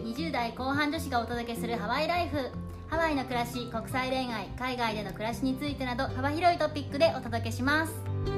20代後半女子がお届けするハワイライフ。ハワイの暮らし、国際恋愛、海外での暮らしについてなど幅広いトピックでお届けします。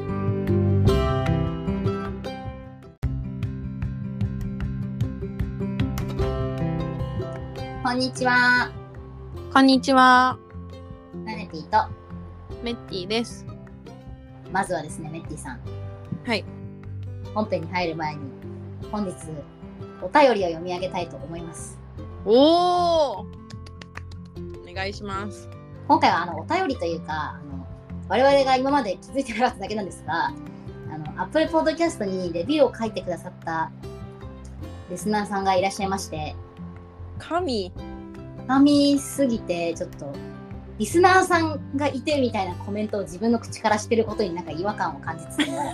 こんにちは。 こんにちは。 ナネティとメッティです。 まずはですね、メッティさん。 はい。 本編に入る前に本日お便りを読み上げたいと思います。 お願いします。 今回はお便りというか我々が今まで気づいてなかっただけなんですが、Apple Podcast にレビューを書いてくださったリスナーさんがいらっしゃいまして、 神すぎてちょっとリスナーさんがいてみたいなコメントを自分の口からしてることになんか違和感を感じつつも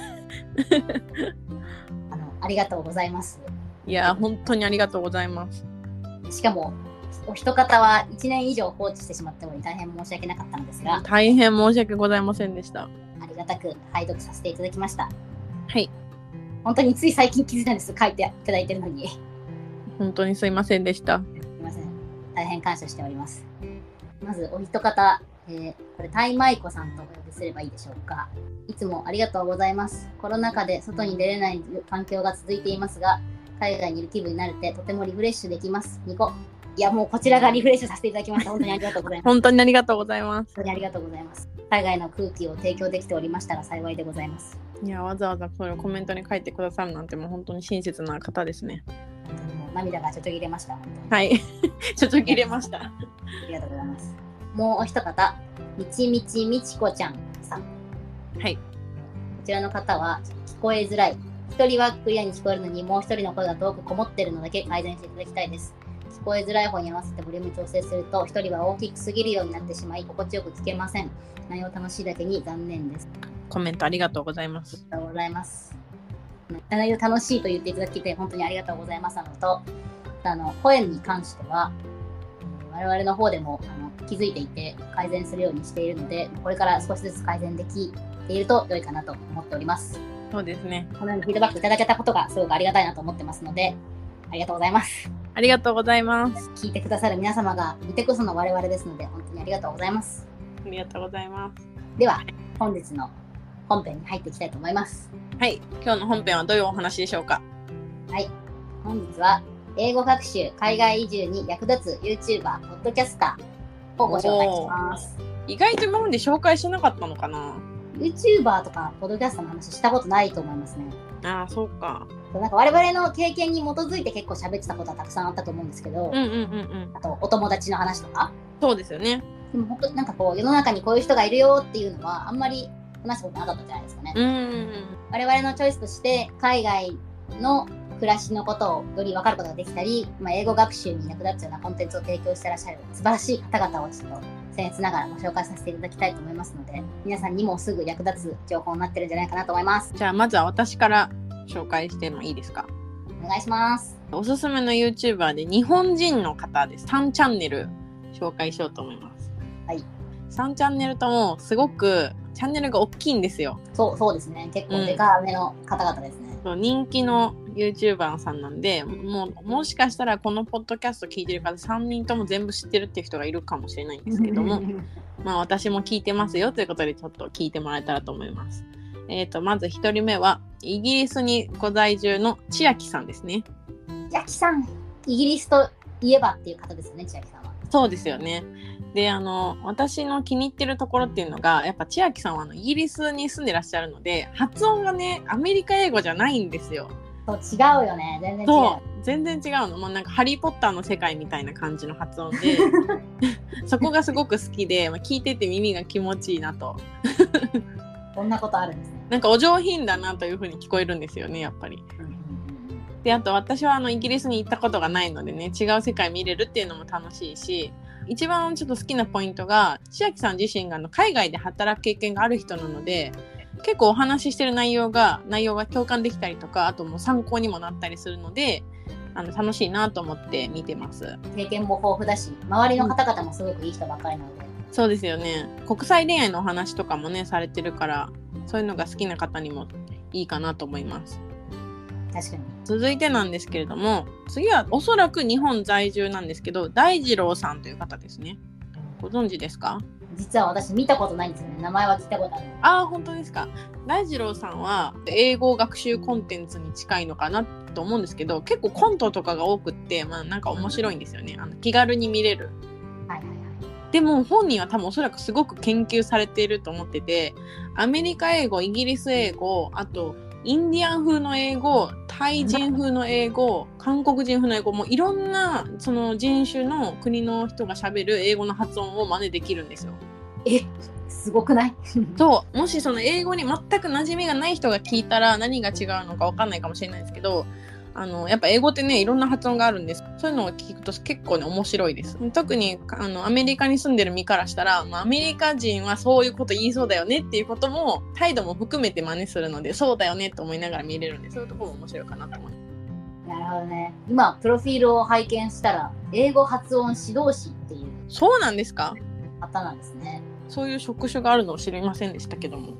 ありがとうございます。 いや本当にありがとうございます。 しかもお一方は1年以上放置してしまっており大変申し訳なかったのですが、 大変申し訳ございませんでした。 ありがたく拝読させていただきました。 はい。 本当につい最近気づいたんです。書いていただいてるのに本当にすいませんでした。 すいません、大変感謝しております。まずお一方、これタイマイコさんとお呼びすればいいでしょうか。いつもありがとうございます。コロナ禍で外に出れない環境が続いていますが、海外にいる気分になれてとてもリフレッシュできます。ニコ。いやもうこちらがリフレッシュさせていただきました。本当にありがとうございます。 本当にありがとうございます。 本当にありがとうございます。海外の空気を提供できておりましたら幸いでございます。 いやわざわざそれをコメントに書いてくださるなんてもう本当に親切な方ですね。 本当にもう涙がちょちょぎれました。本当にはいちょちょぎれましたありがとうございます。もうお一方、みちみちみちこちゃんさん。 はい。 こちらの方は聞こえづらい。一人はクリアに聞こえるのにもう一人の声が遠くこもっているのだけ改善していただきたいです。聞こえづらい方に合わせてボリューム調整すると一人は大きくすぎるようになってしまい心地よく聞けません。内容楽しいだけに残念です。 コメントありがとうございます。 ありがとうございます。内容楽しいと言っていただきて本当にありがとうございますのと、声に関しては我々の方でも気づいていて改善するようにしているので、これから少しずつ改善できていると良いかなと思っております。 そうですね。 このようにフィードバックいただけたことがすごくありがたいなと思ってますので、ありがとうございます。 ありがとうございます。 聞いてくださる皆様がいてこその我々ですので本当にありがとうございます。 ありがとうございます。 では本日の本編に入っていきたいと思います。 はい。今日の本編はどういうお話でしょうか。 はい。本日は英語学習、海外移住に役立つ YouTuber、ポッドキャスターをご紹介します。 意外と今まで紹介してなかったのかな。 YouTuber とかポッドキャスターの話したことないと思いますね。 ああ、そうか。 なんか我々の経験に基づいて結構喋ってたことはたくさんあったと思うんですけど、あとお友達の話とか。 そうですよね。 でも本当なんかこう世の中にこういう人がいるよっていうのはあんまり話したことなかったんじゃないですかね。我々のチョイスとして海外の暮らしのことをより分かることができたり、英語学習に役立つようなコンテンツを提供してらっしゃる素晴らしい方々をちょっと僭越ながらご紹介させていただきたいと思いますので、皆さんにもすぐ役立つ情報になってるんじゃないかなと思います。 じゃあまずは私から紹介してもいいですか。 お願いします。 おすすめの YouTuber で日本人の方です。3チャンネル紹介しようと思います。 はい。 3チャンネルともすごくチャンネルが大きいんですよ。 そうですね。結構でかめの方々ですね。 人気の YouTuber さんなんで、もしかしたらこのポッドキャスト聞いてる方3人とも全部知ってるっていう人がいるかもしれないんですけども私も聞いてますよということでちょっと聞いてもらえたらと思います。まず1人目はイギリスにご在住の千秋さんですね。 千秋さん、イギリスといえばっていう方ですよね、千秋さんは。 そうですよね。で私の気に入ってるところっていうのがやっぱ千秋さんはイギリスに住んでらっしゃるので発音がねアメリカ英語じゃないんですよ。 そう違うよね。全然違う。 そう全然違うの。もうなんかハリーポッターの世界みたいな感じの発音でそこがすごく好きで、聞いてて耳が気持ちいいなとこんなことあるんですね。 なんかお上品だなという風に聞こえるんですよねやっぱり。であと私はイギリスに行ったことがないのでね違う世界見れるっていうのも楽しいし、一番ちょっと好きなポイントが千秋さん自身が海外で働く経験がある人なので結構お話ししてる内容が共感できたりとかあともう参考にもなったりするので楽しいなと思って見てます。 経験も豊富だし周りの方々もすごくいい人ばっかりなので、 そうですよね。国際恋愛のお話とかもねされてるからそういうのが好きな方にもいいかなと思います。 確かに。 続いてなんですけれども、次はおそらく日本在住なんですけど、大二郎さんという方ですね。ご存知ですか？ 実は私見たことないんですよね。名前は聞いたことある。 ああ、本当ですか。大二郎さんは英語学習コンテンツに近いのかなと思うんですけど、結構コントとかが多くって、なんか面白いんですよね。気軽に見れる。 はいはいはい。 でも本人は多分おそらくすごく研究されていると思ってて、アメリカ英語、イギリス英語、あとインディアン風の英語、タイ人風の英語、韓国人風の英語、もういろんなその人種の国の人が喋る英語の発音を真似できるんですよ。 すごくない？ そう、もしその英語に全く馴染みがない人が聞いたら何が違うのか分かんないかもしれないですけど、やっぱ英語ってね、いろんな発音があるんです。そういうのを聞くと結構ね、面白いです。特にアメリカに住んでる身からしたら、アメリカ人はそういうこと言いそうだよねっていうことも態度も含めて真似するので、そうだよねと思いながら見れるんで、そういうところも面白いかなと思います。 なるほどね。今プロフィールを拝見したら、英語発音指導士っていう。 そうなんですか？ 方なんですね。 そういう職種があるのを知りませんでしたけども。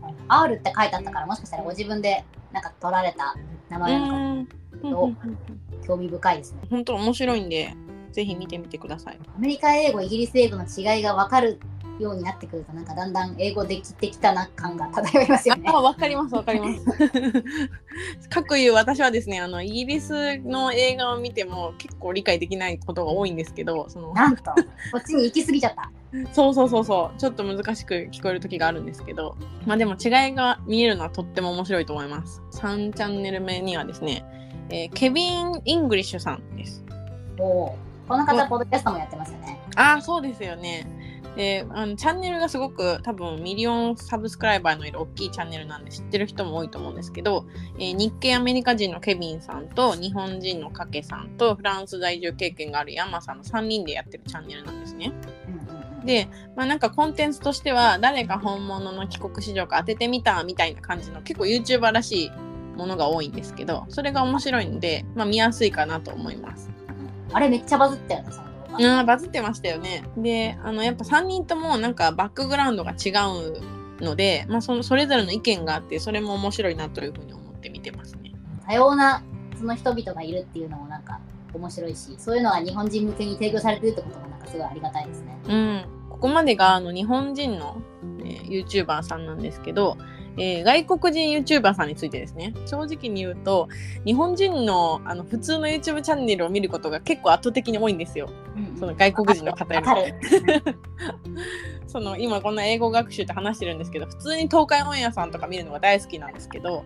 R って書いてあったから、もしかしたらご自分でなんか取られた名前なのかと興味深いですね。 本当面白いんで、ぜひ見てみてください。 アメリカ英語、イギリス英語の違いが分かるようになってくると、なんかだんだん英語できてきたな感が漂いますよね。 わかりますわかります。かくいう私はですね、イギリスの映画を見ても結構理解できないことが多いんですけど、 なんとこっちに行き過ぎちゃった。 そうちょっと難しく聞こえる時があるんですけど、でも違いが見えるのはとっても面白いと思います。3チャンネル目にはですね、ケビン・イングリッシュさんです。 この方ポッドキャストもやってますよね。 そうですよね。でチャンネルがすごく多分ミリオンサブスクライバーのいる大きいチャンネルなんで知ってる人も多いと思うんですけど、日系アメリカ人のケビンさんと日本人のカケさんとフランス在住経験があるヤマさんの3人でやってるチャンネルなんですね。で、なんかコンテンツとしては誰が本物の帰国子女か当ててみたみたいな感じの結構 YouTuber らしいものが多いんですけど、それが面白いので、見やすいかなと思います。 あれめっちゃバズったよね、その動画。 バズってましたよね。で、やっぱ3人ともなんかバックグラウンドが違うので、それぞれの意見があって、それも面白いなというふうに思って見てますね。 多様なその人々がいるっていうのもなんか面白いし、そういうのは日本人向けに提供されてるってこともなんかすごいありがたいですね。 ここまでが日本人の、YouTuber さんなんですけど、外国人 YouTuber さんについてですね、正直に言うと日本人の普通の YouTube チャンネルを見ることが結構圧倒的に多いんですよ。その外国人の方より今こんな英語学習って話してるんですけど、普通に東海オンエアさんとか見るのが大好きなんですけど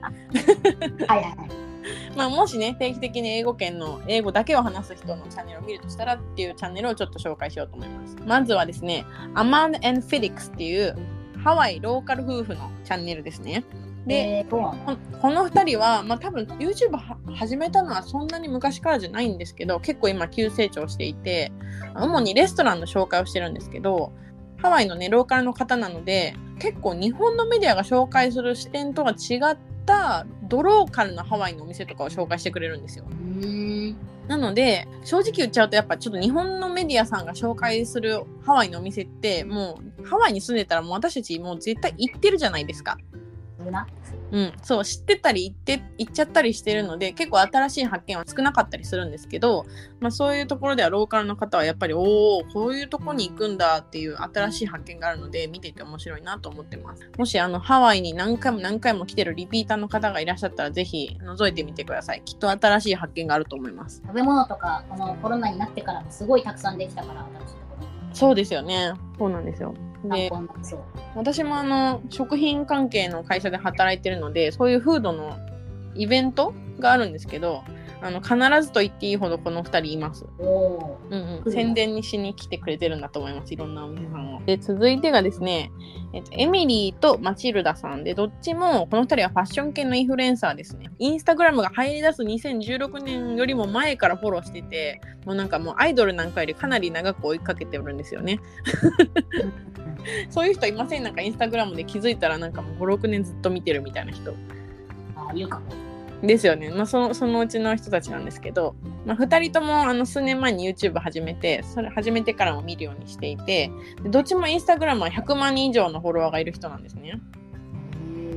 もしね定期的に英語圏の英語だけを話す人のチャンネルを見るとしたらっていうチャンネルをちょっと紹介しようと思います。まずはですね、アマン&フェリックスっていうハワイローカル夫婦のチャンネルですね。で、この2人は、多分 YouTube 始めたのはそんなに昔からじゃないんですけど、結構今急成長していて、主にレストランの紹介をしてるんですけど、ハワイのねローカルの方なので、結構日本のメディアが紹介する視点とは違ったドローカルなハワイのお店とかを紹介してくれるんですよ。なので正直言っちゃうと、やっぱちょっと日本のメディアさんが紹介するハワイのお店って、もうハワイに住んでたらもう私たちもう絶対行ってるじゃないですか。そう知ってたり行っちゃったりしてるので、結構新しい発見は少なかったりするんですけど、そういうところではローカルの方はやっぱりこういうとこに行くんだっていう新しい発見があるので、見ていて面白いなと思ってます。もしハワイに何回も来てるリピーターの方がいらっしゃったら、ぜひ覗いてみてください。きっと新しい発見があると思います。 食べ物とかこのコロナになってからもすごいたくさんできたから、新しいところ。 そうですよね。そうなんですよ。で、私も食品関係の会社で働いてるので、そういうフードのイベントがあるんですけど、必ずと言っていいほどこの2人います。宣伝にしに来てくれてるんだと思います、いろんなお店さんを。で、続いてがですね、エミリーとマチルダさんで、どっちもこの2人はファッション系のインフルエンサーですね。インスタグラムが入り出す2016年よりも前からフォローしてて、もうアイドルなんかよりかなり長く追いかけてるんですよね。そういう人いません？なんかインスタグラムで気づいたらもう5、6年ずっと見てるみたいな人。 いるかも。ですよね。そのうちの人たちなんですけど、2人とも数年前に YouTube 始めて、それ始めてからも見るようにしていて、どっちもインスタグラムは100万人以上のフォロワーがいる人なんですね。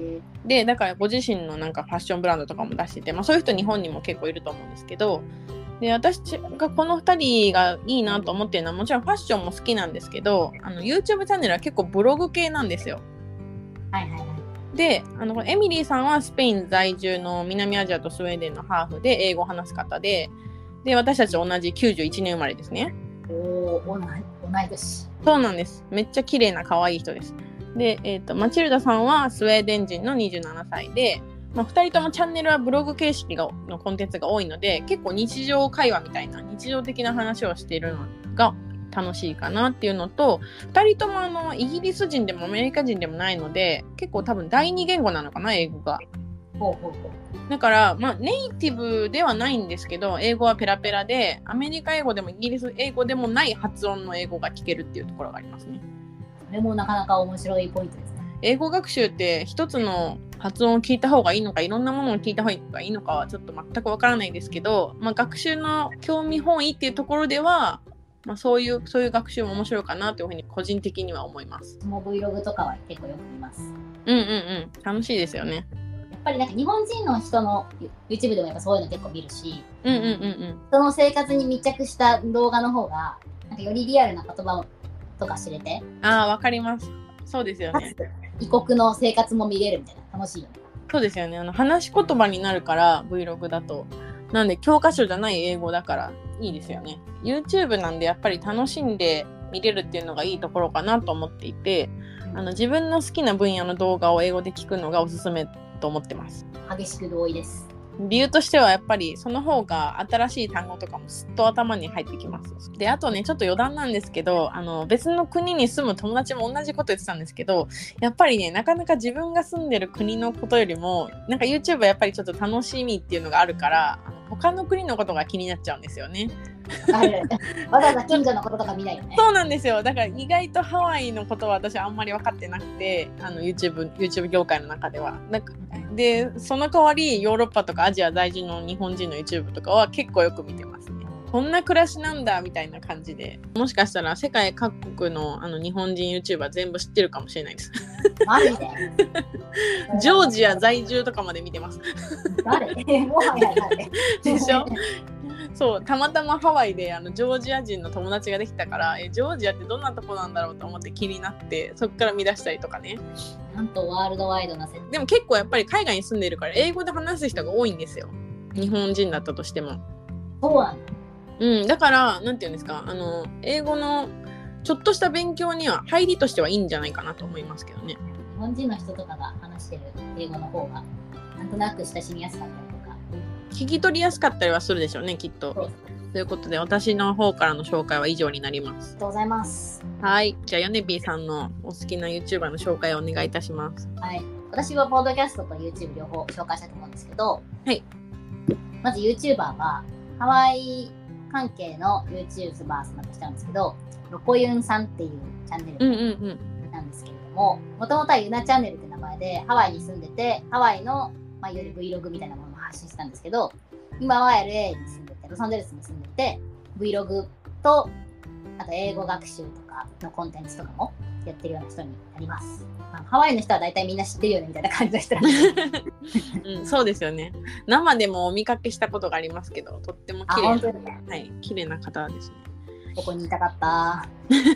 でだからご自身のなんかファッションブランドとかも出してて、そういう人日本にも結構いると思うんですけど、で私がこの2人がいいなと思ってるのはもちろんファッションも好きなんですけど、YouTube チャンネルは結構ブログ系なんですよ。 はいはいはい。 でエミリーさんはスペイン在住の南アジアとスウェーデンのハーフで英語を話す方で、私たち同じ91年生まれですね。 同い年。 そうなんです。めっちゃ綺麗な可愛い人です。で、マチルダさんはスウェーデン人の27歳で、2人ともチャンネルはブログ形式のコンテンツが多いので、結構日常会話みたいな日常的な話をしているのが楽しいかなっていうのと、2人ともイギリス人でもアメリカ人でもないので、結構多分第二言語なのかな、英語が。だからネイティブではないんですけど、英語はペラペラで、アメリカ英語でもイギリス英語でもない発音の英語が聞けるっていうところがありますね。 それもなかなか面白いポイントですね。 英語学習って一つの発音を聞いた方がいいのか、いろんなものを聞いた方がいいのかはちょっと全くわからないですけど、学習の興味本位っていうところでは、そういう学習も面白いかなというふうに個人的には思います。 その Vlog とかは結構よく見ます。 楽しいですよね。 やっぱりなんか日本人の人の YouTube でもやっぱそういうの結構見るし、 その生活に密着した動画の方がなんかよりリアルな言葉とか知れて、 わかります。そうですよね。 異国の生活も見れるみたいな、楽しいよね。 そうですよね。話し言葉になるから Vlog だと、なんで教科書じゃない英語だからいいですよね。YouTube なんでやっぱり楽しんで見れるっていうのがいいところかなと思っていて、自分の好きな分野の動画を英語で聞くのがおすすめと思ってます。 激しく同意です。 理由としてはやっぱりその方が新しい単語とかもすっと頭に入ってきます。で、あとね、ちょっと余談なんですけど、別の国に住む友達も同じこと言ってたんですけど、やっぱりね、なかなか自分が住んでる国のことよりも、なんか YouTube はやっぱりちょっと楽しみっていうのがあるから、他の国のことが気になっちゃうんですよね。 わざわざ近所のこととか見ないよね。 そうなんですよ。だから意外とハワイのことは私はあんまり分かってなくて、YouTube 業界の中では。で、その代わりヨーロッパとかアジア在住の日本人の YouTube とかは結構よく見てますね。こんな暮らしなんだみたいな感じで、もしかしたら世界各国の日本人 YouTuber 全部知ってるかもしれないです。 マジでジョージア在住とかまで見てます。 誰もはや誰でしょ。そう、たまたまハワイでジョージア人の友達ができたから、ジョージアってどんなとこなんだろうと思って気になって、そこから見出したりとかね。 なんとワールドワイドな世界。 でも結構やっぱり海外に住んでるから英語で話す人が多いんですよ。日本人だったとしても。 そうなんだ。 だからなんていうんですか、英語のちょっとした勉強には入りとしてはいいんじゃないかなと思いますけどね。 日本人の人とかが話してる英語の方がなんとなく親しみやすかったりとか、 聞き取りやすかったりはするでしょうね、きっと。ということで私の方からの紹介は以上になります。 ありがとうございます。 はい、じゃあヨネピーさんのお好きな YouTuber の紹介をお願いいたします。 はい、私はポッドキャストと YouTube 両方紹介したいと思うんですけど、 はい、 まず YouTuber はハワイ関係の YouTuber さんだとしたんですけど、ロコユンさんっていうチャンネルなんですけれども、もともとはユナチャンネルって名前でハワイに住んでて、ハワイの、いわゆる Vlog みたいなものを発信してたんですけど、今は LA に住んでて、ロサンゼルスに住んでて、Vlog とあと英語学習とかのコンテンツとかもやってるような人になります。ハワイの人は大体みんな知ってるよねみたいな感じの人なんで、 そうですよね。生でもお見かけしたことがありますけど、とっても綺麗な、綺麗な方ですね。 ここにいたかった。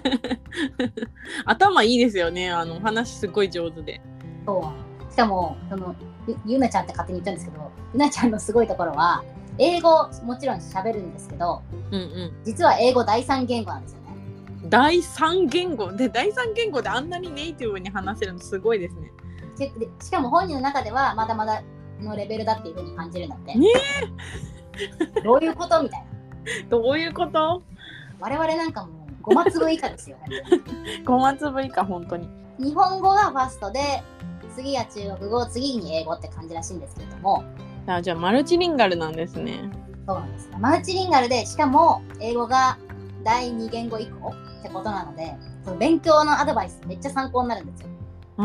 頭いいですよね。お話すごい上手で。 そう。しかもゆなちゃんって勝手に言ったんですけど、ゆなちゃんのすごいところは英語もちろん喋るんですけど、実は英語第三言語なんですよね。 第三言語で、第三言語であんなにネイティブに話せるのすごいですね。 しかも本人の中ではまだまだのレベルだっていう風に感じるんだって。どういうことみたいな。 どういうこと？ 我々なんかもうごま粒以下ですよ。 ごま粒以下、本当に。 日本語がファーストで、次は中国語、次に英語って感じらしいんですけれども。 じゃあマルチリンガルなんですね。 そうなんです。マルチリンガルで、しかも英語が第2言語以降ってことなので、その勉強のアドバイスめっちゃ参考になるんですよ。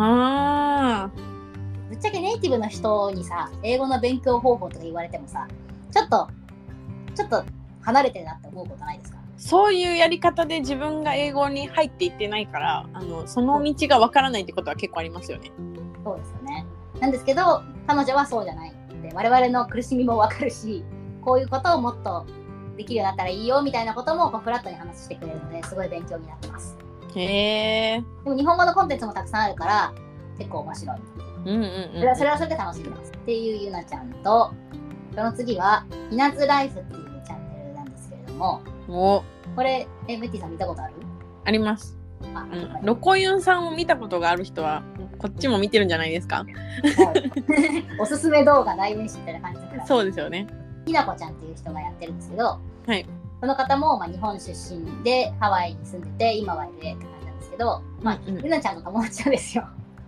ぶっちゃけネイティブの人にさ、英語の勉強方法とか言われてもさ、ちょっと離れてるなって思うことないですか？ そういうやり方で自分が英語に入っていってないから、その道がわからないってことは結構ありますよね。 そうですよね。 なんですけど、彼女はそうじゃないで、我々の苦しみもわかるし、こういうことをもっとできるようになったらいいよみたいなこともフラットに話してくれるので、すごい勉強になってます。 へー。 でも日本語のコンテンツもたくさんあるから結構面白い。それはそれで楽しんでますっていうゆなちゃんと、その次はひなつライフっていうチャンネルなんですけれども、これメッティさん見たことある？ あります。ロコユンさんを見たことがある人はこっちも見てるんじゃないですか？ おすすめ動画代名詞みたいな感じだから。 そうですよね。 ひなこちゃんっていう人がやってるんですけど、 はい、 その方も日本出身でハワイに住んでて、今は LA って感じなんですけど、ゆなちゃんの友達なんですよ。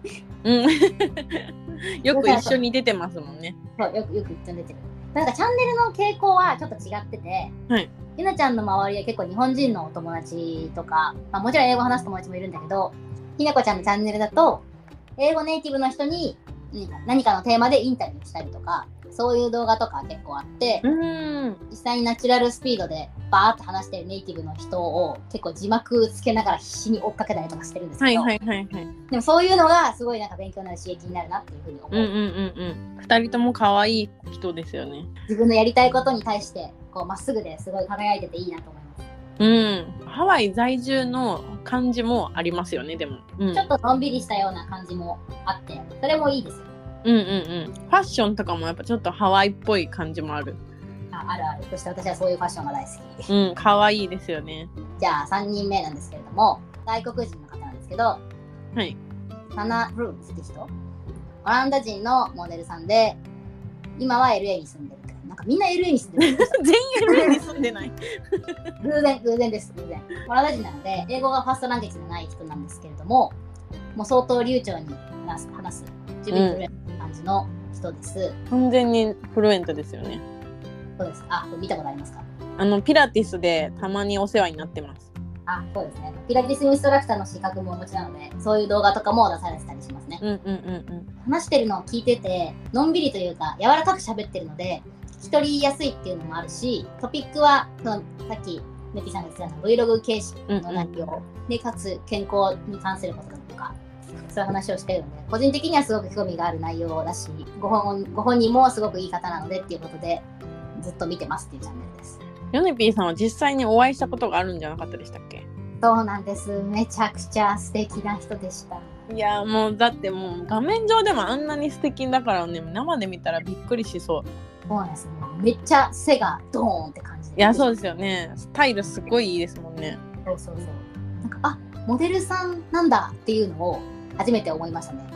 よく一緒に出てますもんね。 そう、よく一緒に出てる。なんかチャンネルの傾向はちょっと違ってて、ゆなちゃんの周りは結構日本人のお友達とか、もちろん英語を話す友達もいるんだけど、ひなこちゃんのチャンネルだと、英語ネイティブの人に何かのテーマでインタビューしたりとか、そういう動画とか結構あって、実際にナチュラルスピードでバーッと話してるネイティブの人を結構字幕つけながら必死に追っかけたりとかしてるんですけど、でもそういうのがすごいなんか勉強になる刺激になるなっていうふうに思う。 2人とも可愛い人ですよね。 自分のやりたいことに対してこうまっすぐですごい輝いてていいなと思います。 ハワイ在住の感じもありますよね。でも、 ちょっとのんびりしたような感じもあって、それもいいですよ。 ファッションとかもやっぱちょっとハワイっぽい感じもある。 ある。そして私はそういうファッションが大好き。可愛いですよね。 じゃあ3人目なんですけれども、外国人の方なんですけど、 はい。 サナ・ルームって人、オランダ人のモデルさんで、今は LA に住んでる。なんかみんな LA に住んでる。 全員 LA に住んでない。 偶然です。オランダ人なので、英語がファーストランゲージじゃない人なんですけれども、もう相当流暢に話す自分フルエントな感じの人です。 完全にフルエントですよね。 そうです。見たことありますか？ ピラティスでたまにお世話になってます。 そうですね。ピラティスインストラクターの資格もお持ちなので、そういう動画とかも出されてたりしますね。話してるのを聞いてて、のんびりというか柔らかく喋ってるので、聞き取りやすいっていうのもあるし、トピックはさっきメッティさんが言ってた Vlog 形式の内容で、かつ健康に関することだとか、そういう話をしてるので、個人的にはすごく興味がある内容だし、ご本人もすごくいい方なのでっていうことで、ずっと見てますっていうチャンネルです。 ヨネピーさんは実際にお会いしたことがあるんじゃなかったでしたっけ？ そうなんです。めちゃくちゃ素敵な人でした。 いやもうだってもう画面上でもあんなに素敵だからね、生で見たらびっくりしそう。 そうなんですね。めっちゃ背がドーンって感じで。 いやそうですよね。スタイルすごいいいですもんね。 そう。なんかモデルさんなんだっていうのを初めて思いましたね。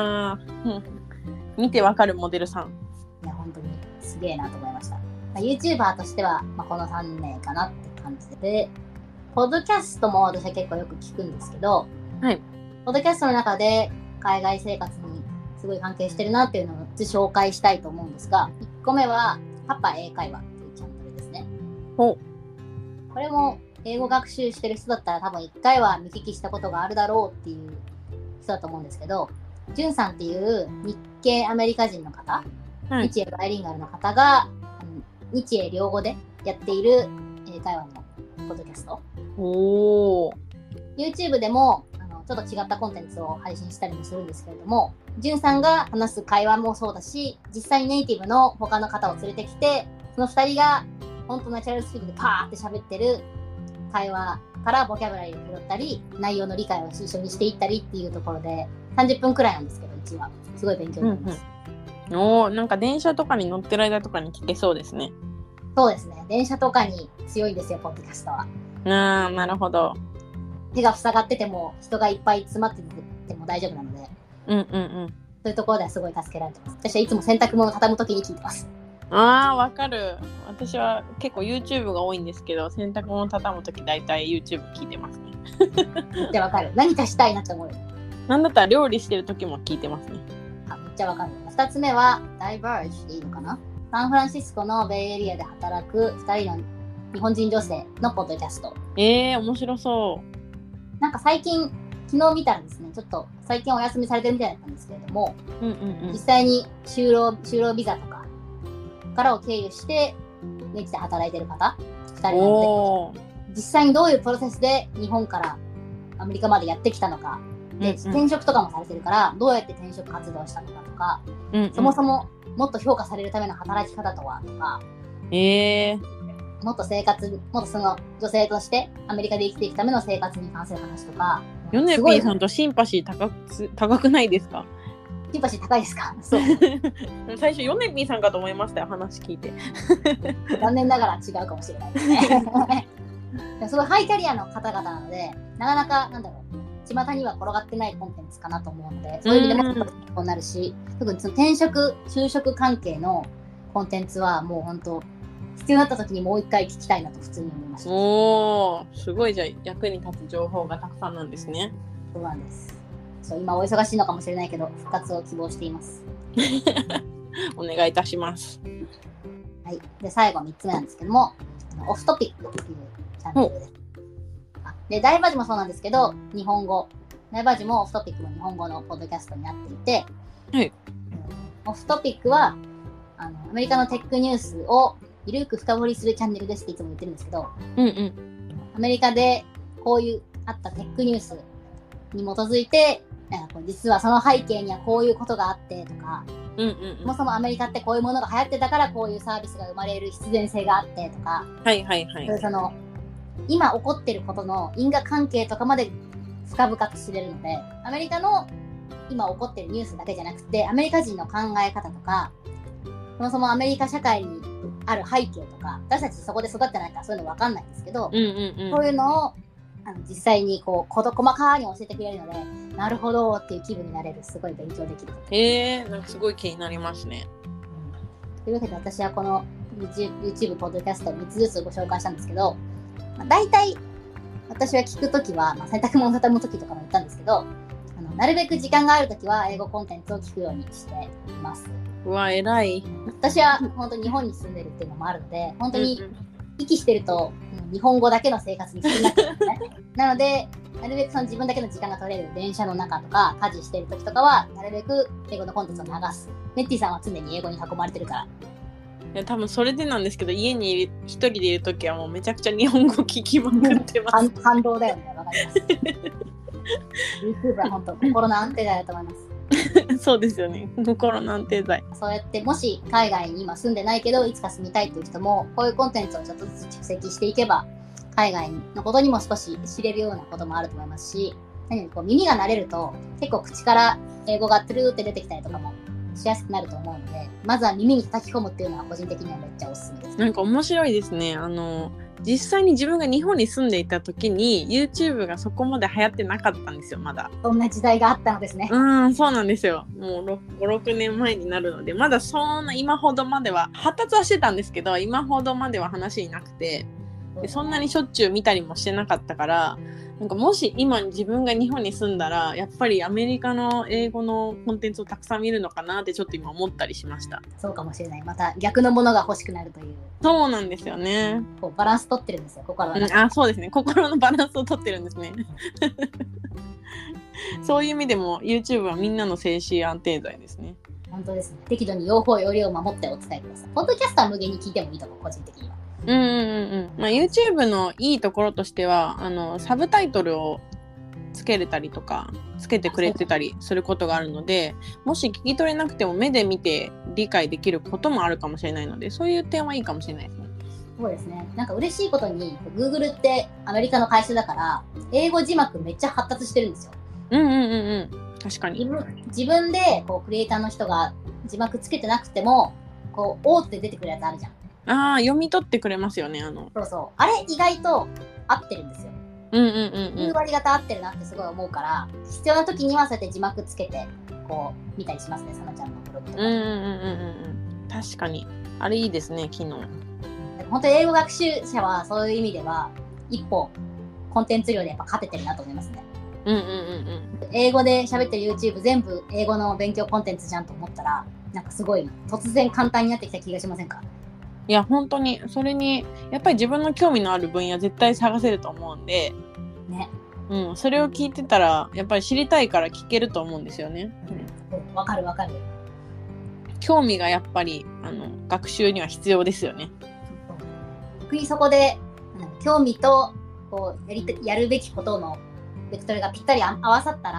見てわかるモデルさん。 いや本当にすげえなと思いました。YouTuber としては、この3名かなって感じで、ポッドキャストも私は結構よく聞くんですけど、 はい、 ポッドキャストの中で海外生活にすごい関係してるなっていうのを紹介したいと思うんですが、1個目はパパ英会話っていうチャンネルですね。これも英語学習してる人だったら多分1回は見聞きしたことがあるだろうっていう人だと思うんですけど、ジュンさんっていう日系アメリカ人の方、日英バイリンガルの方が日英両語でやっている英会話のポッドキャスト。YouTube でもちょっと違ったコンテンツを配信したりもするんですけれども、ジュンさんが話す会話もそうだし、実際にネイティブの他の方を連れてきて、その2人が本当ナチュラルスピードでパーって喋ってる会話からボキャブラリーを拾ったり、内容の理解を一緒にしていったりっていうところで、30分くらいなんですけど、1話すごい勉強になります。 なんか電車とかに乗ってる間とかに聞けそうですね。 そうですね。電車とかに強いんですよ、ポッドキャストは。 なるほど。 手が塞がってても人がいっぱい詰まってても大丈夫なので、そういうところではすごい助けられてます。私はいつも洗濯物を畳むときに聞いてます。 わかる。私は結構 YouTube が多いんですけど、洗濯物を畳むとき大体 YouTube 聞いてますね。 めっちゃわかる。何かしたいなって思う。 なんだったら料理してるときも聞いてますね。 めっちゃわかる。2つ目はダイバージでいいのかな。サンフランシスコのベイエリアで働く2人の日本人女性のポッドキャスト。 面白そう。 なんか昨日見たらですね、ちょっと最近お休みされてるみたいだったんですけれども、実際に就労ビザとかからを経由して現地で働いてる方2人なので、実際にどういうプロセスで日本からアメリカまでやってきたのか、 で、転職とかもされてるから、どうやって転職活動したのかとか、そもそももっと評価されるための働き方とはとか、もっとその女性としてアメリカで生きていくための生活に関する話とか。 ヨネピーさんとシンパシー高くないですか？ シンパシー高いですか？そう。 最初ヨネピーさんかと思いましたよ、話聞いて。 残念ながら違うかもしれないですね。すごいハイキャリアの方々なので、なかなか巷には転がってないコンテンツかなと思うので、そういう意味でも参考になるし、特にその転職就職関係のコンテンツはもう本当必要になった時にもう一回聞きたいなと普通に思いました。 おー、すごい。じゃあ役に立つ情報がたくさんなんですね。 そうなんです。今お忙しいのかもしれないけど復活を希望しています。 お願いいたします。 はい。で最後3つ目なんですけども、オフトピックというチャンネルです。で大バージもそうなんですけど、日本語大バージもオフトピックも日本語のポッドキャストになっていて、 はい。 オフトピックはアメリカのテックニュースをゆるく深掘りするチャンネルですっていつも言ってるんですけど、アメリカでこういうあったテックニュースに基づいて、実はその背景にはこういうことがあってとか、そもそもアメリカってこういうものが流行ってたからこういうサービスが生まれる必然性があってとか、その今起こってることの因果関係とかまで深々と知れるので、アメリカの今起こってるニュースだけじゃなくて、アメリカ人の考え方とか、そもそもアメリカ社会にある背景とか、私たちそこで育ってないからそういうの分かんないんですけど、そういうのを実際にこう細かに教えてくれるので、なるほどっていう気分になれる、すごい勉強できる。 なんかすごい気になりますね。 というわけで私はこの YouTube ポッドキャストを3つずつご紹介したんですけど、大体私は聞くときは、洗濯物畳むときとかも言ったんですけど、なるべく時間があるときは英語コンテンツを聞くようにしています。 うわ、偉い。 私は本当に日本に住んでるっていうのもあるので、本当に息してると日本語だけの生活に好きになっちゃうんですね。なので、なるべくその自分だけの時間が取れる電車の中とか家事してるときとかは、なるべく英語のコンテンツを流す。メッティさんは常に英語に囲まれてるから。 いや多分それでなんですけど、家に一人でいるときはもうめちゃくちゃ日本語聞きまくってます。 反動だよね、わかります。YouTube は本当心の安定剤だと思います。 そうですよね、心の安定剤。 そうやってもし海外に今住んでないけどいつか住みたいという人も、こういうコンテンツをちょっとずつ蓄積していけば、海外のことにも少し知れるようなこともあると思いますし、何かこう耳が慣れると結構口から英語がトゥルーって出てきたりとかもしやすくなると思うので、まずは耳に叩き込むっていうのは個人的にはめっちゃおすすめです。 なんか面白いですね。実際に自分が日本に住んでいた時に YouTube がそこまで流行ってなかったんですよ、まだ。 そんな時代があったのですね。 そうなんですよ。もう5、6年前になるので、まだそんな今ほどまでは発達はしてたんですけど、今ほどまでは話になくて、でそんなにしょっちゅう見たりもしてなかったから、なんかもし今自分が日本に住んだらやっぱりアメリカの英語のコンテンツをたくさん見るのかなってちょっと今思ったりしました。 そうかもしれない。また逆のものが欲しくなるという。 そうなんですよね。 こうバランス取ってるんですよ、心の中で。 そうですね、心のバランスを取ってるんですね。そういう意味でも YouTube はみんなの静止安定剤ですね。 本当ですね。適度に用法用量を守ってお伝えください。ポッドキャストは無限に聞いてもいいと思う、個人的には。 YouTube のいいところとしてはサブタイトルをつけれたりとかつけてくれてたりすることがあるので、もし聞き取れなくても目で見て理解できることもあるかもしれないので、そういう点はいいかもしれないですね。 そうですね。なんか嬉しいことに Google ってアメリカの会社だから英語字幕めっちゃ発達してるんですよ。 確かに自分でこうクリエイターの人が字幕つけてなくてもこうオーって出てくるやつあるじゃん。 読み取ってくれますよね。 そうそう。あれ意外と合ってるんですよ。9割方合ってるなってすごい思うから、必要な時にはそうやって字幕つけてこう見たりしますね、さなちゃんのブログとか。 確かにあれいいですね、機能。 本当に英語学習者はそういう意味では一歩コンテンツ量でやっぱ勝ててるなと思いますね。英語で喋ってる YouTube 全部英語の勉強コンテンツじゃんと思ったら、なんかすごい突然簡単になってきた気がしませんか？ いや本当にそれにやっぱり自分の興味のある分野絶対探せると思うんで、 ね、 それを聞いてたらやっぱり知りたいから聞けると思うんですよね。 わかる。 興味がやっぱり学習には必要ですよね。 逆にそこで興味とこうやるべきことのベクトルがぴったり合わさったらも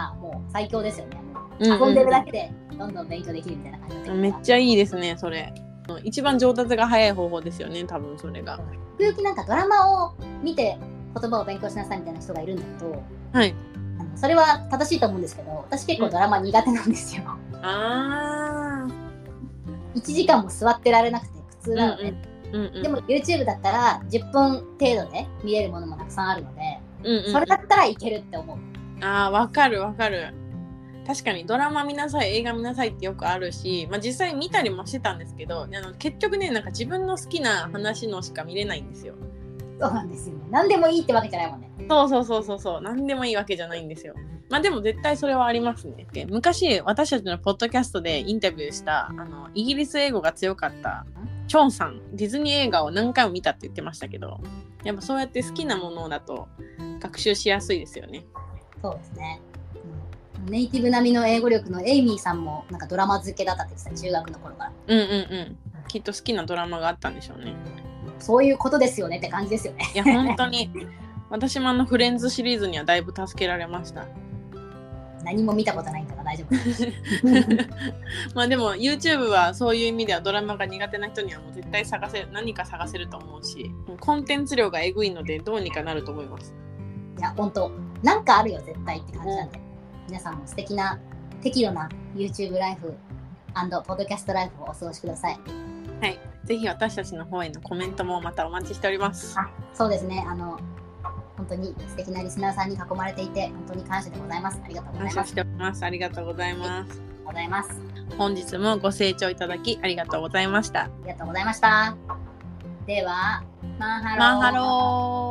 最強ですよね。遊んでるだけでどんどん勉強できるみたいな感じで、 めっちゃいいですねそれ。一番上達が早い方法ですよね多分それが。 時々なんかドラマを見て言葉を勉強しなさいみたいな人がいるんだけど、 はい、 それは正しいと思うんですけど、私結構ドラマ苦手なんですよ。 あ 1時間も座ってられなくて苦痛なので、でも YouTube だったら10分程度で見れるものもたくさんあるので、それだったらいけるって思う。 わかるわかる。確かにドラマ見なさい映画見なさいってよくあるし、実際見たりもしてたんですけど、結局ねなんか自分の好きな話のしか見れないんですよ。 そうなんですよね。何でもいいってわけじゃないもんね。 そう何でもいいわけじゃないんですよ。でも絶対それはありますね。昔私たちのポッドキャストでインタビューしたイギリス英語が強かったチョンさん、ディズニー映画を何回も見たって言ってましたけど、やっぱそうやって好きなものだと学習しやすいですよね。 そうですね。ネイティブ並みの英語力のエイミーさんもなんかドラマ漬けだったって言ってた、中学の頃から。 きっと好きなドラマがあったんでしょうね。 そういうことですよねって感じですよね。 いや本当に私もフレンズシリーズにはだいぶ助けられました。 何も見たことないから大丈夫ですでも YouTube はそういう意味ではドラマが苦手な人にはもう絶対何か探せると思うし、コンテンツ量がえぐいのでどうにかなると思います。 いや本当なんかあるよ絶対って感じなんで、皆さんも素敵な適度な YouTube ライフ&ポッドキャストライフをお過ごしください。 はい、ぜひ私たちの方へのコメントもまたお待ちしております。 そうですね、本当に素敵なリスナーさんに囲まれていて本当に感謝でございます。ありがとうございます。 感謝しております。ありがとうございます。 ありがとうございます。 本日もご清聴いただきありがとうございました。 ありがとうございました。ではマンハロー。 マンハロー。